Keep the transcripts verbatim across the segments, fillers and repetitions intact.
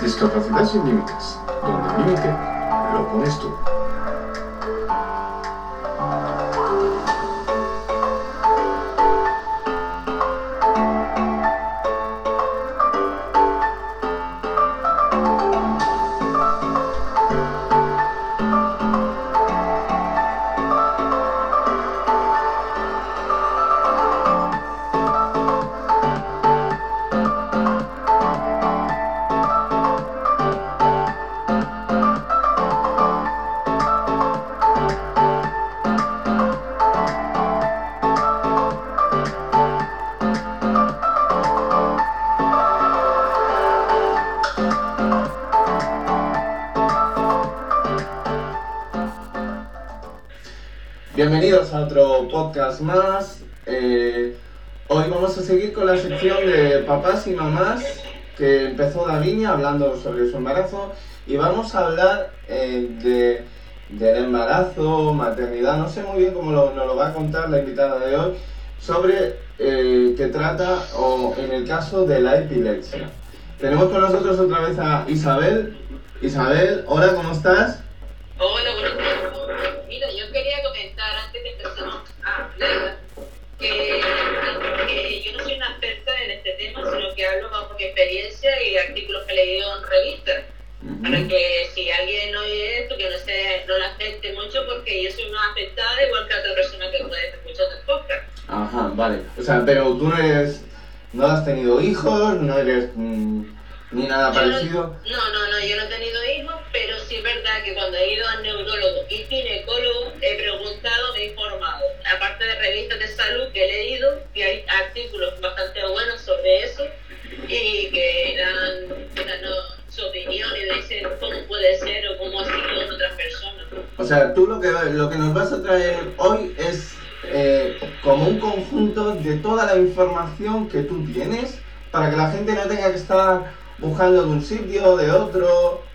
Discapacidad sin límites, donde el límite lo pones tú. Bienvenidos a otro podcast más. Eh, hoy vamos a seguir con la sección de papás y mamás que empezó Davinia hablando sobre su embarazo y vamos a hablar eh, de, del embarazo, maternidad, no sé muy bien cómo lo, nos lo va a contar la invitada de hoy, sobre eh, que trata o en el caso de la epilepsia. Tenemos con nosotros otra vez a Isabel. Isabel, hola, ¿cómo estás? Hola, buenos días. Mira, yo quería comentar antes de empezar a hablar que, que yo no soy una experta en este tema, sino que hablo bajo mi experiencia y artículos que he leído en revistas. Uh-huh. Para que si alguien oye esto, que no, se, no le afecte mucho, porque yo soy una afectada igual que otra persona que puede estar escuchando el podcast. Ajá, vale. O sea, pero tú no eres, no has tenido hijos, no eres mmm, ni nada yo parecido. No, no, no, yo no he tenido hijos, pero sí es verdad que cuando he ido al neurólogo y ginecólogo he preguntado, me he informado. Aparte de revistas de salud que he leído, y hay artículos bastante buenos sobre eso, y que dan, dan no, su opinión y dicen cómo puede ser o cómo ha sido en otras personas. O sea, tú lo que, lo que nos vas a traer hoy es eh, como un conjunto de toda la información que tú tienes para que la gente no tenga que estar buscando de un sitio, de otro.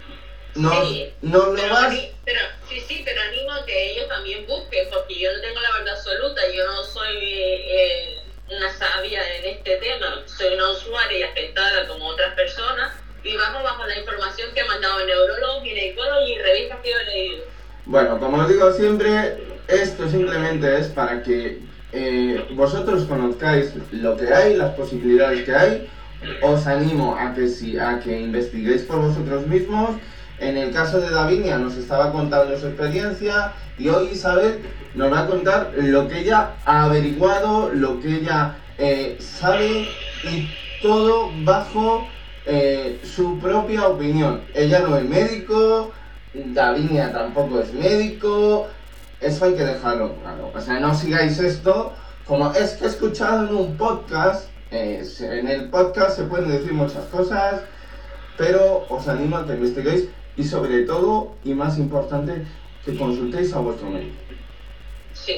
Nos, sí, nos lo pero, vas... pero, sí, sí, pero animo a que ellos también busquen, porque yo no tengo la verdad absoluta, yo no soy eh, una sabia en este tema, soy una usuaria y afectada como otras personas, y vamos bajo la información que he mandado en neurólogos, ginecólogos y revistas que yo he leído. Bueno, como os digo siempre, esto simplemente es para que eh, vosotros conozcáis lo que hay, las posibilidades que hay. Os animo a que, si, a que investiguéis por vosotros mismos. En el caso de Davinia nos estaba contando su experiencia y hoy Isabel nos va a contar lo que ella ha averiguado, lo que ella eh, sabe y todo bajo eh, su propia opinión. Ella no es médico, Davinia tampoco es médico, eso hay que dejarlo claro. O sea, no sigáis esto como es que he escuchado en un podcast. Eh, en el podcast se pueden decir muchas cosas, pero os animo a que investiguéis y sobre todo, y más importante, que consultéis a vuestro médico. Sí.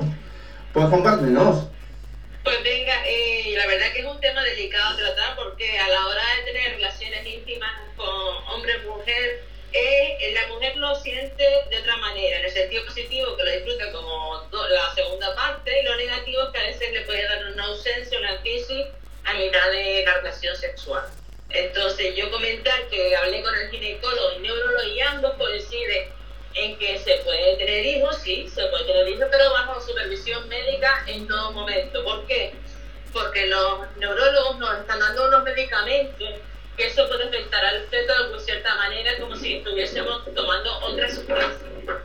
Pues compártenos. Pues venga, eh, la verdad que es un tema delicado a tratar porque a la hora de tener relaciones íntimas con hombre-mujer, eh, la mujer lo siente de otra manera, en el sentido positivo que lo disfruta como do, la segunda parte, y lo negativo es que a veces le puede dar una ausencia, una crisis a mitad de la relación sexual. Entonces yo comentar que hablé con el ginecólogo y neurólogo y ambos coinciden en que se puede tener hijos, sí, se puede tener hijos, pero bajo supervisión médica en todo momento. ¿Por qué? Porque los neurólogos nos están dando unos medicamentos que eso puede afectar al feto de cierta manera, como si estuviésemos tomando otras sustancias.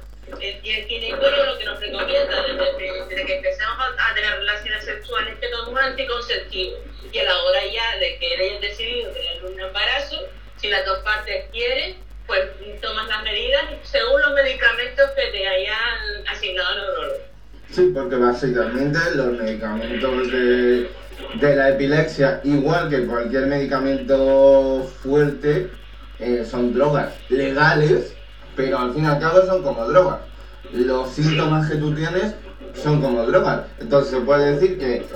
Y el ginecólogo lo que nos recomienda desde, desde que empezamos a, a tener relaciones sexuales es que tomemos un anticonceptivo. Y a la hora ya de que hayas decidido tener un embarazo, si las dos partes quieren, pues tomas las medidas según los medicamentos que te hayan asignado el neurólogo. Sí, porque básicamente los medicamentos de, de la epilepsia, igual que cualquier medicamento fuerte, eh, son drogas legales, pero al fin y al cabo son como drogas. Los síntomas que tú tienes son como drogas. Entonces se puede decir que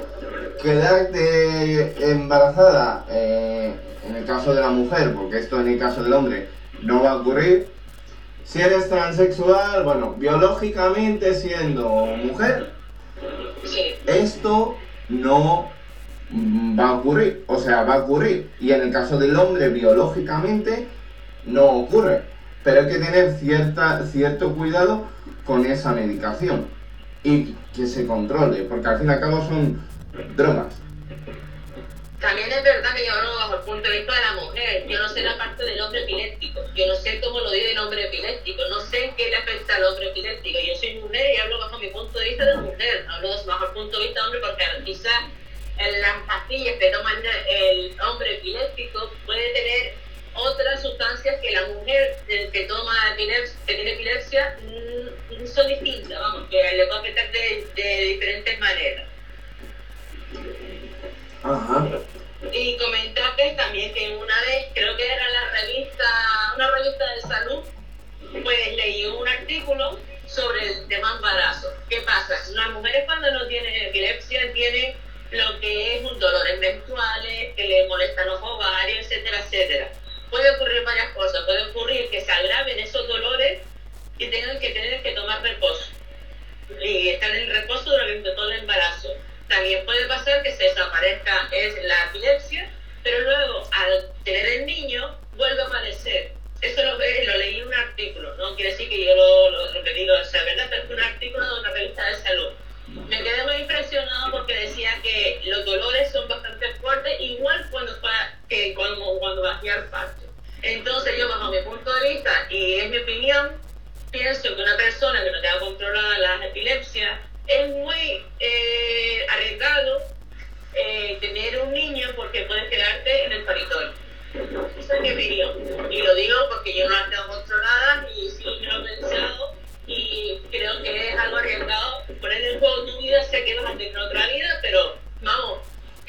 quedarte embarazada, eh, en el caso de la mujer, porque esto en el caso del hombre no va a ocurrir. Si eres transexual, bueno, biológicamente siendo mujer, Sí. esto no va a ocurrir, o sea, va a ocurrir. Y en el caso del hombre, biológicamente, no ocurre. Pero hay que tener cierta, cierto cuidado con esa medicación y que se controle, porque al fin y al cabo son drogas. También es verdad que yo hablo bajo el punto de vista de la mujer. Yo no sé la parte del hombre epiléptico. Yo no sé cómo lo dice el hombre epiléptico. No sé en qué le afecta al hombre epiléptico. Yo soy mujer y hablo bajo mi punto de vista de mujer. Hablo bajo el punto de vista de hombre porque quizás en las pastillas que toma el hombre epiléptico puede tener otras sustancias que la mujer que toma epilepsia, que tiene epilepsia mmm, son distintas, vamos, que le puede afectar de, de diferentes maneras. Ajá. Y comentarles también que una vez, creo que era la revista, una revista de salud, pues leí un artículo sobre el tema embarazo. ¿Qué pasa? Las mujeres cuando no tienen epilepsia tienen lo que es un dolores menstruales, que le molestan los ovarios, etcétera, etcétera. Puede ocurrir varias cosas. Puede ocurrir que se agraven esos dolores y tengan que tener que tomar reposo. Y estar en reposo durante todo el embarazo. También puede pasar que se desaparezca es la epilepsia, pero luego al tener el niño vuelve a aparecer. Eso lo, lo leí en un artículo, no quiere decir que yo lo, lo, lo que digo sea verdad, pero es un artículo de una revista de salud. Me quedé muy impresionado porque decía que los dolores son bastante fuertes, igual cuando, que cuando, cuando bajé al parto. Entonces yo, bajo mi punto de vista, y es mi opinión, pienso que una persona que no tenga controlada las epilepsias es muy eh, arriesgado eh, tener un niño porque puedes quedarte en el paritorio. Esa es mi opinión. Y lo digo porque yo no las tengo controladas y sí me lo he pensado y creo que es algo arriesgado. Poner en juego tu vida, sé que vas a tener otra vida, pero vamos,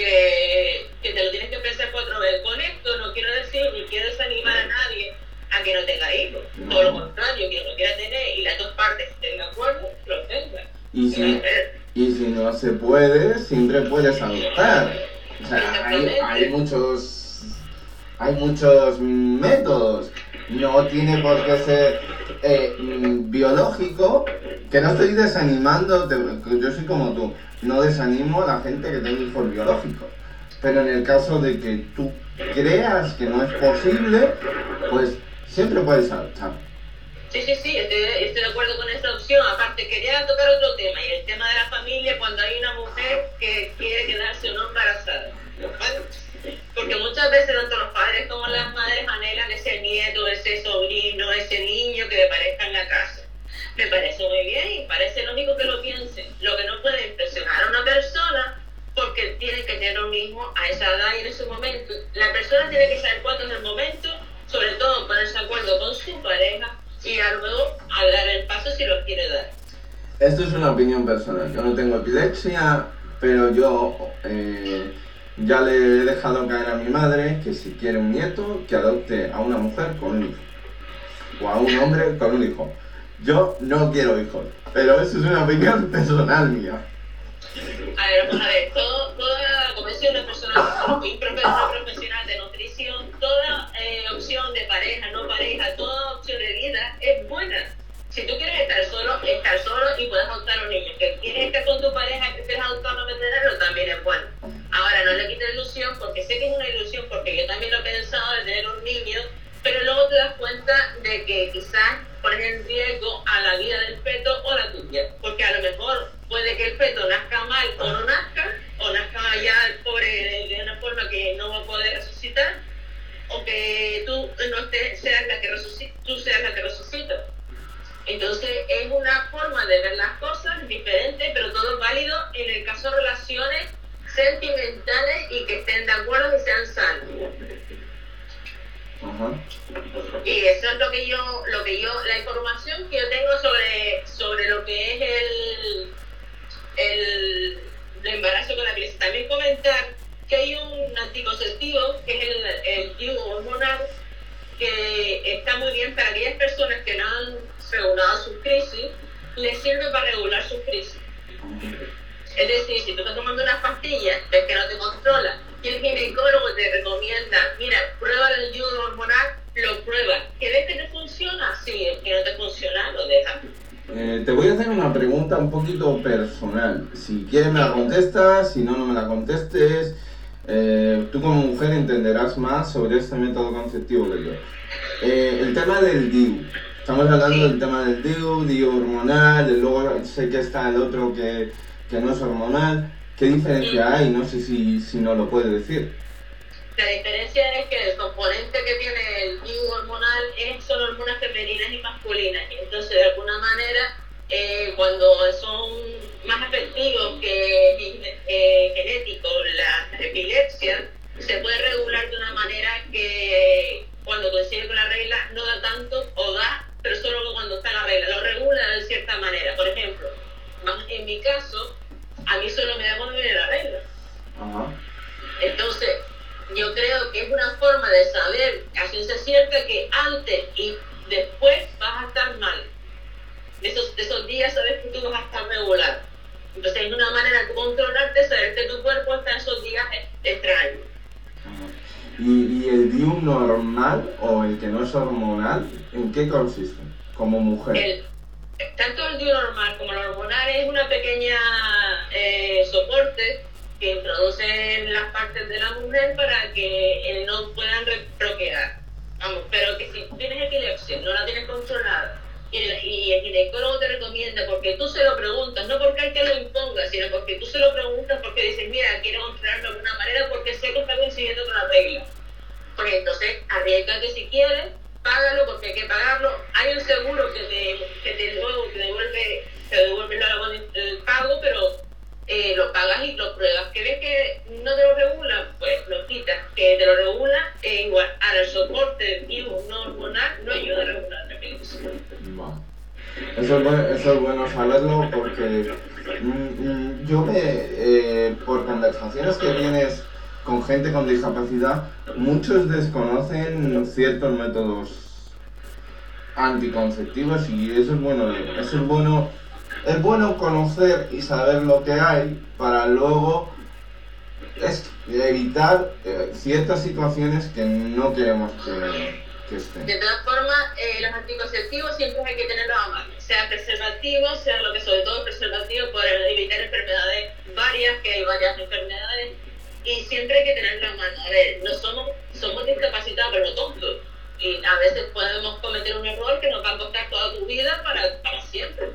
que, que te lo tienes que pensar cuatro veces. Con esto no quiero decir ni quiero desanimar a nadie a que no tenga hijos. Todo lo contrario, que lo quiera tener y las dos partes estén de acuerdo, lo tenga. Y si, y si no se puede, siempre puedes adoptar. O sea, hay, hay muchos hay muchos métodos. No tiene por qué ser eh, biológico. Que no estoy desanimando, yo soy como tú. No desanimo a la gente que tiene hijos biológicos. Pero en el caso de que tú creas que no es posible, pues siempre puedes adoptar. Sí, sí, sí, estoy, estoy de acuerdo con esta opción. Aparte, quería tocar otro tema, y el tema de la familia cuando hay una mujer que quiere quedarse o no embarazada. ¿Vale? Porque muchas veces tanto los padres como las madres anhelan ese nieto, ese sobrino, ese niño que le parezca en la casa. Me parece muy bien y parece lógico que lo piensen. Lo que no puede impresionar a una persona porque tiene que tener un hijo a esa edad y en ese momento. La persona tiene que saber cuándo es el momento, sobre todo ponerse de acuerdo con su pareja y luego a dar el paso si lo quiere dar. Esto es una opinión personal. Yo no tengo epilepsia, pero yo eh, ya le he dejado caer a mi madre que si quiere un nieto, que adopte a una mujer con un hijo. O a un hombre con un hijo. Yo no quiero hijos, pero eso es una opinión personal mía. A ver, vamos a ver, todo, toda, como decía una persona, un profesional de nutrición, toda eh, opción de pareja, no pareja, toda opción de vida es buena. Si tú quieres estar solo, estar solo y puedes adoptar a un niño. Que quieres estar con tu pareja, que quieres adoptar a un veterano, también es bueno. Ahora, no le quites la ilusión, porque sé que es una ilusión, porque yo también lo he pensado de tener un niño, pero luego te das cuenta de que quizás pones en riesgo a la vida del feto o la tuya. Porque a lo mejor puede que el feto nazca mal o no nazca, o nazca ya el pobre de, de una forma que no va a poder resucitar, o que tú no te, seas la que resucita, tú seas la que resucita. Entonces es una forma de ver las cosas diferente, pero todo es válido en el caso de relaciones sentimentales y que estén de acuerdo y sean sanos. Ajá. Y eso es lo que yo, lo que yo, la información que yo tengo sobre, sobre lo que es el, el, el embarazo con la epilepsia. También comentar que hay un anticonceptivo que es el, el D I U hormonal que está muy bien para aquellas personas que no han regulado sus crisis, les sirve para regular sus crisis. Es decir, si tú estás tomando unas pastillas, ves que no te controla, y el ginecólogo te recomienda, mira, prueba el D I U hormonal, lo pruebas. ¿Que ves que te funciona? Sí, es que no te funciona, lo dejas. Eh, te voy a hacer una pregunta un poquito personal. Si quieres me la contestas, si no, no me la contestes. eh, tú como mujer entenderás más sobre este método conceptivo que yo. Eh, el tema del D I U. Estamos hablando Sí. del tema del D I U, D I U hormonal, y luego sé que está el otro que, que no es hormonal. ¿Qué diferencia hay? No sé si, si nos lo puedes decir. La diferencia es que el componente que tiene el D I U hormonal es, son hormonas femeninas y masculinas. Y entonces, de alguna manera, eh, cuando son más afectivos que eh, genéticos, la epilepsia se puede regular de una manera que cuando coincide con la regla no da tanto o da, pero solo cuando está la regla. Lo regula de cierta manera. Por ejemplo, en mi caso, a mí solo me da cuando viene la regla. Ajá. Entonces, yo creo que es una forma de saber a ciencia cierta que antes y después vas a estar mal. De esos, de esos días sabes que tú vas a estar regular. Entonces, es una manera de controlarte, saber que tu cuerpo está en esos días extraños. ¿Y, y el D I U normal o el que no es hormonal, en qué consiste como mujer? El, tanto el D I U normal como el hormonal es una pequeña eh, soporte que introducen las partes de la mujer para que eh, no puedan procrear. Vamos, pero que si tienes epilepsia, no la tienes controlada, y el, y el ginecólogo te recomienda, porque tú se lo preguntas, no porque él te lo imponga, sino porque tú se lo preguntas porque dices, mira, quiero controlarlo de alguna manera porque sé que está coincidiendo con la regla. Pues entonces, arriesgate si quieres, págalo porque hay que pagarlo. Hay un seguro que te, que te, luego te devuelve, te devuelve el, el pago, pero eh, lo pagas y lo pruebas. Que ves que no te lo regula, pues lo quitas. Que te lo regula, eh, igual. Ahora, el soporte del D I U no hormonal no ayuda a regular la epilepsia. Vale. Eso es, bueno, eso es bueno saberlo porque mm, yo me, eh, por conversaciones que tienes con gente con discapacidad, muchos desconocen ciertos métodos anticonceptivos y eso es bueno, eso es bueno, es bueno conocer y saber lo que hay para luego es evitar eh, ciertas situaciones que no queremos que, que estén. De todas formas, eh, los anticonceptivos siempre hay que tenerlos a mano, sea preservativos, sea lo que sobre todo preservativos para evitar enfermedades varias, que hay varias enfermedades. Y siempre hay que tenerlo a mano. A ver, no somos, somos discapacitados, pero no tontos. Y a veces podemos cometer un error que nos va a costar toda tu vida para, para siempre.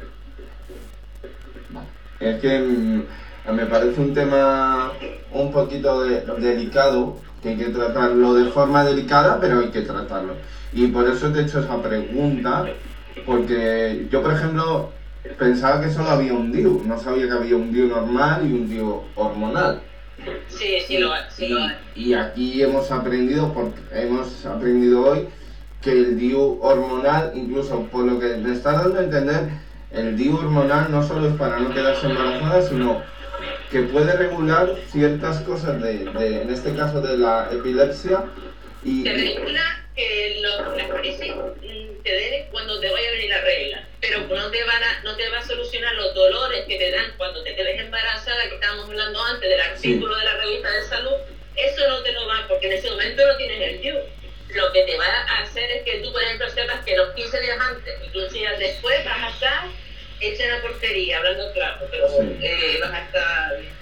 Es que mm, me parece un tema un poquito de, delicado, que hay que tratarlo de forma delicada, pero hay que tratarlo. Y por eso te he hecho esa pregunta, porque yo, por ejemplo, pensaba que solo había un D I U, no sabía que había un D I U normal y un D I U hormonal. Sí, sí lo hay, sí lo hay. Y aquí hemos aprendido, porque hemos aprendido hoy, que el D I U hormonal, incluso por lo que me estás dando a entender, el D I U hormonal no solo es para no quedarse embarazada, sino que puede regular ciertas cosas, de, de en este caso de la epilepsia. Y, te regula que lo, las crisis te den cuando te vaya a venir la regla, pero no te, van a, no te va a solucionar los dolores que te dan cuando te quedes embarazada, que estábamos hablando antes del artículo sí. de la revista de salud. Eso no te lo va, porque en ese momento no tienes el D I U. Lo que te va a hacer es que tú, por ejemplo, sepas que los quince días antes y quince días después vas a estar hecha una porquería, hablando claro, pero sí. eh, vas a estar bien.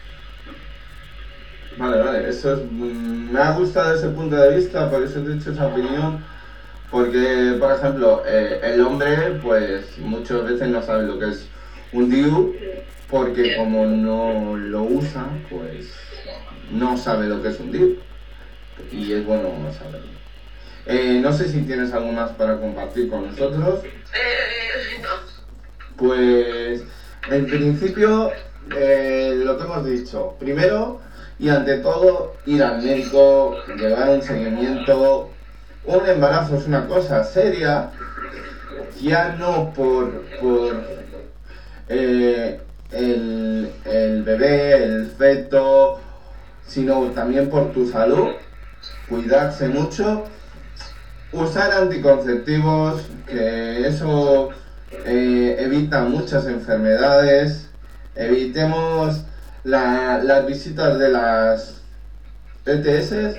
Vale, vale, eso es, me ha gustado ese punto de vista, por eso te he hecho esa opinión, porque, por ejemplo, eh, el hombre, pues, muchas veces no sabe lo que es un D I U, porque como no lo usa, pues, no sabe lo que es un D I U, y es bueno saberlo. Eh, no sé si tienes algo más para compartir con nosotros. Eh, no. Pues, en principio, eh, lo que hemos dicho, primero, y ante todo, ir al médico, llevar un seguimiento. Un embarazo es una cosa seria, ya no por, por eh, el, el bebé, el feto, sino también por tu salud. Cuidarse mucho, usar anticonceptivos, que eso eh, evita muchas enfermedades. Evitemos La, las visitas de las E T S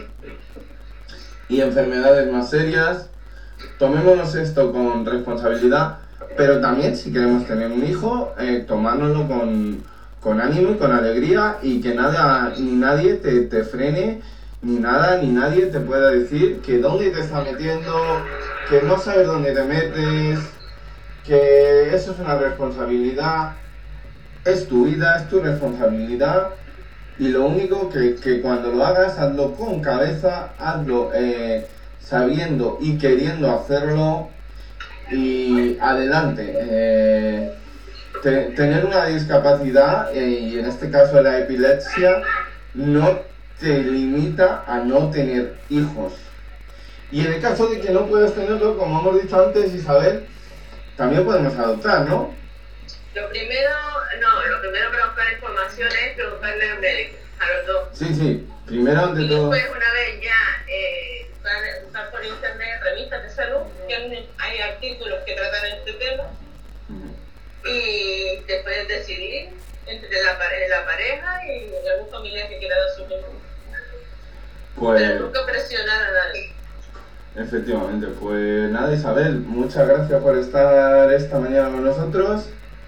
y enfermedades más serias. Tomémonos esto con responsabilidad, pero también si queremos tener un hijo, eh, tomárnoslo con, con ánimo y con alegría, y que nada ni nadie te, te frene, ni nada, ni nadie te pueda decir que dónde te estás metiendo, que no sabes dónde te metes, que eso es una responsabilidad, es tu vida, es tu responsabilidad, y lo único que, que cuando lo hagas, hazlo con cabeza, hazlo eh, sabiendo y queriendo hacerlo, y adelante. Eh, te, tener una discapacidad, eh, y en este caso la epilepsia, no te limita a no tener hijos. Y en el caso de que no puedas tenerlo, como hemos dicho antes, Isabel, también podemos adoptar, ¿no? Lo primero, no, lo primero para buscar información es preguntarle al médico, a los dos. Sí, sí, primero ante y todo. después, una vez ya, eh, buscar, buscar por internet revistas de salud, que hay artículos que tratan este tema, uh-huh. Y después decidir entre la, pare la pareja y algún familiar que quiera dar su hijo. Pues... Pero nunca presionar a nadie. Efectivamente, pues nada, Isabel, muchas gracias por estar esta mañana con nosotros.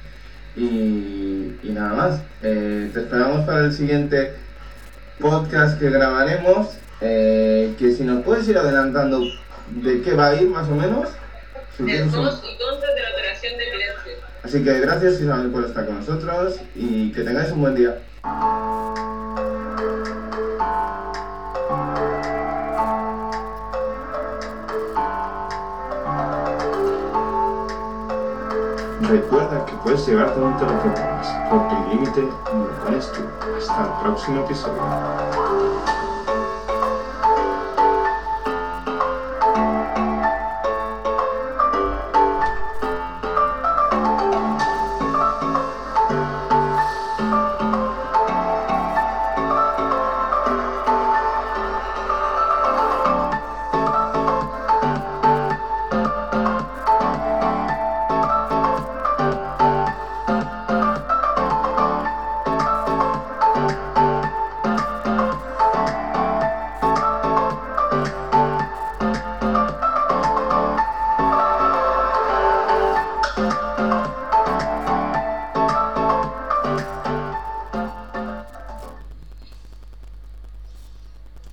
Y, y nada más, eh, te esperamos para el siguiente podcast que grabaremos, eh, que si nos puedes ir adelantando de qué va a ir más o menos. Si el tienes un... pros y contras de la operación de epilepsia. Así que gracias, Isabel, por estar con nosotros y que tengáis un buen día. Recuerda que puedes llevarte donde te lo propongas, porque el límite lo pones tú. Hasta el próximo episodio.